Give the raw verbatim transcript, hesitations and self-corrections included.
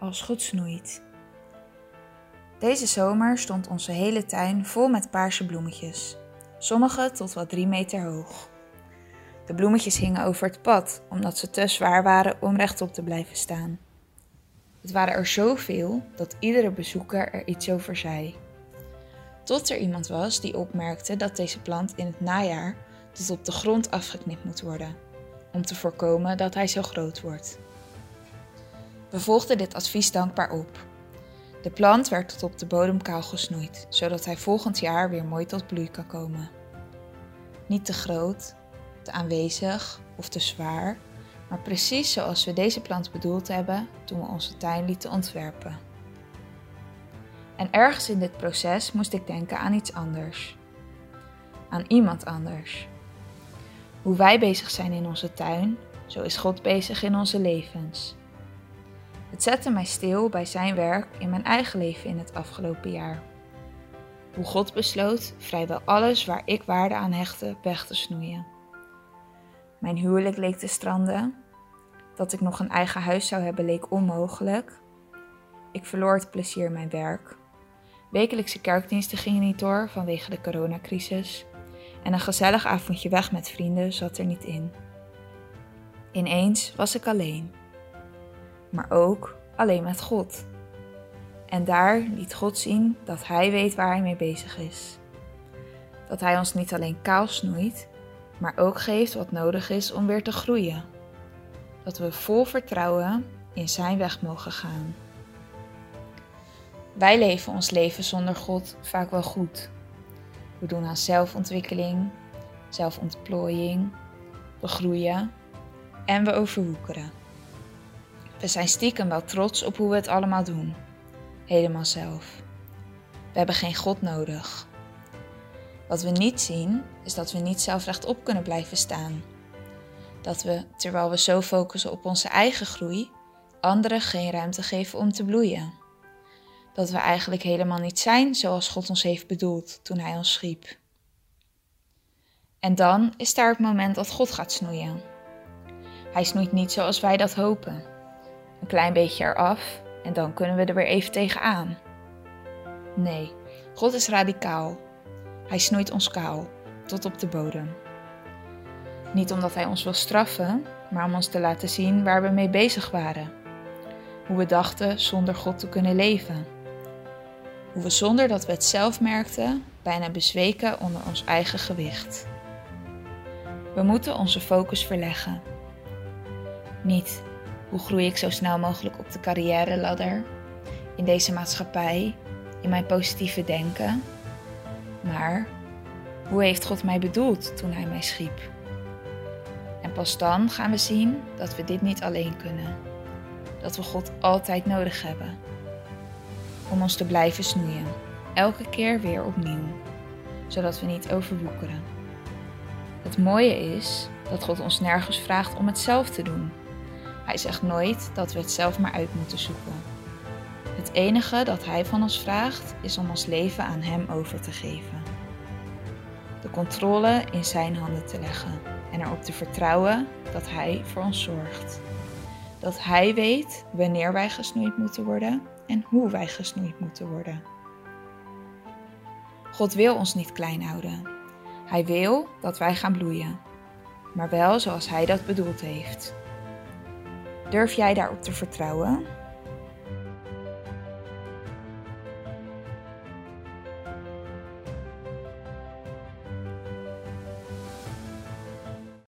als God snoeit. Deze zomer stond onze hele tuin vol met paarse bloemetjes, sommige tot wel drie meter hoog. De bloemetjes hingen over het pad, omdat ze te zwaar waren om rechtop te blijven staan. Het waren er zoveel dat iedere bezoeker er iets over zei. Tot er iemand was die opmerkte dat deze plant in het najaar tot op de grond afgeknipt moet worden, om te voorkomen dat hij zo groot wordt. We volgden dit advies dankbaar op. De plant werd tot op de bodem kaal gesnoeid, zodat hij volgend jaar weer mooi tot bloei kan komen. Niet te groot, te aanwezig of te zwaar, maar precies zoals we deze plant bedoeld hebben toen we onze tuin lieten ontwerpen. En ergens in dit proces moest ik denken aan iets anders. Aan iemand anders. Hoe wij bezig zijn in onze tuin, zo is God bezig in onze levens. Het zette mij stil bij zijn werk in mijn eigen leven in het afgelopen jaar. Hoe God besloot vrijwel alles waar ik waarde aan hechtte weg te snoeien. Mijn huwelijk leek te stranden. Dat ik nog een eigen huis zou hebben leek onmogelijk. Ik verloor het plezier in mijn werk. Wekelijkse kerkdiensten gingen niet door vanwege de coronacrisis. En een gezellig avondje weg met vrienden zat er niet in. Ineens was ik alleen. Maar ook alleen met God. En daar liet God zien dat Hij weet waar Hij mee bezig is. Dat Hij ons niet alleen kaal snoeit, maar ook geeft wat nodig is om weer te groeien. Dat we vol vertrouwen in zijn weg mogen gaan. Wij leven ons leven zonder God vaak wel goed. We doen aan zelfontwikkeling, zelfontplooiing, we groeien en we overwoekeren. We zijn stiekem wel trots op hoe we het allemaal doen. Helemaal zelf. We hebben geen God nodig. Wat we niet zien, is dat we niet zelf rechtop kunnen blijven staan. Dat we, terwijl we zo focussen op onze eigen groei, anderen geen ruimte geven om te bloeien. Dat we eigenlijk helemaal niet zijn zoals God ons heeft bedoeld toen Hij ons schiep. En dan is daar het moment dat God gaat snoeien. Hij snoeit niet zoals wij dat hopen. Een klein beetje eraf en dan kunnen we er weer even tegenaan. Nee, God is radicaal. Hij snoeit ons kaal, tot op de bodem. Niet omdat Hij ons wil straffen, maar om ons te laten zien waar we mee bezig waren. Hoe we dachten zonder God te kunnen leven. Hoe we zonder dat we het zelf merkten, bijna bezweken onder ons eigen gewicht. We moeten onze focus verleggen. Niet, hoe groei ik zo snel mogelijk op de carrièreladder, in deze maatschappij, in mijn positieve denken. Maar, hoe heeft God mij bedoeld toen Hij mij schiep? En pas dan gaan we zien dat we dit niet alleen kunnen. Dat we God altijd nodig hebben. Om ons te blijven snoeien. Elke keer weer opnieuw. Zodat we niet overwoekeren. Het mooie is dat God ons nergens vraagt om het zelf te doen. Hij zegt nooit dat we het zelf maar uit moeten zoeken. Het enige dat Hij van ons vraagt is om ons leven aan Hem over te geven. De controle in zijn handen te leggen en erop te vertrouwen dat Hij voor ons zorgt. Dat Hij weet wanneer wij gesnoeid moeten worden en hoe wij gesnoeid moeten worden. God wil ons niet klein houden. Hij wil dat wij gaan bloeien, maar wel zoals Hij dat bedoeld heeft. Durf jij daarop te vertrouwen?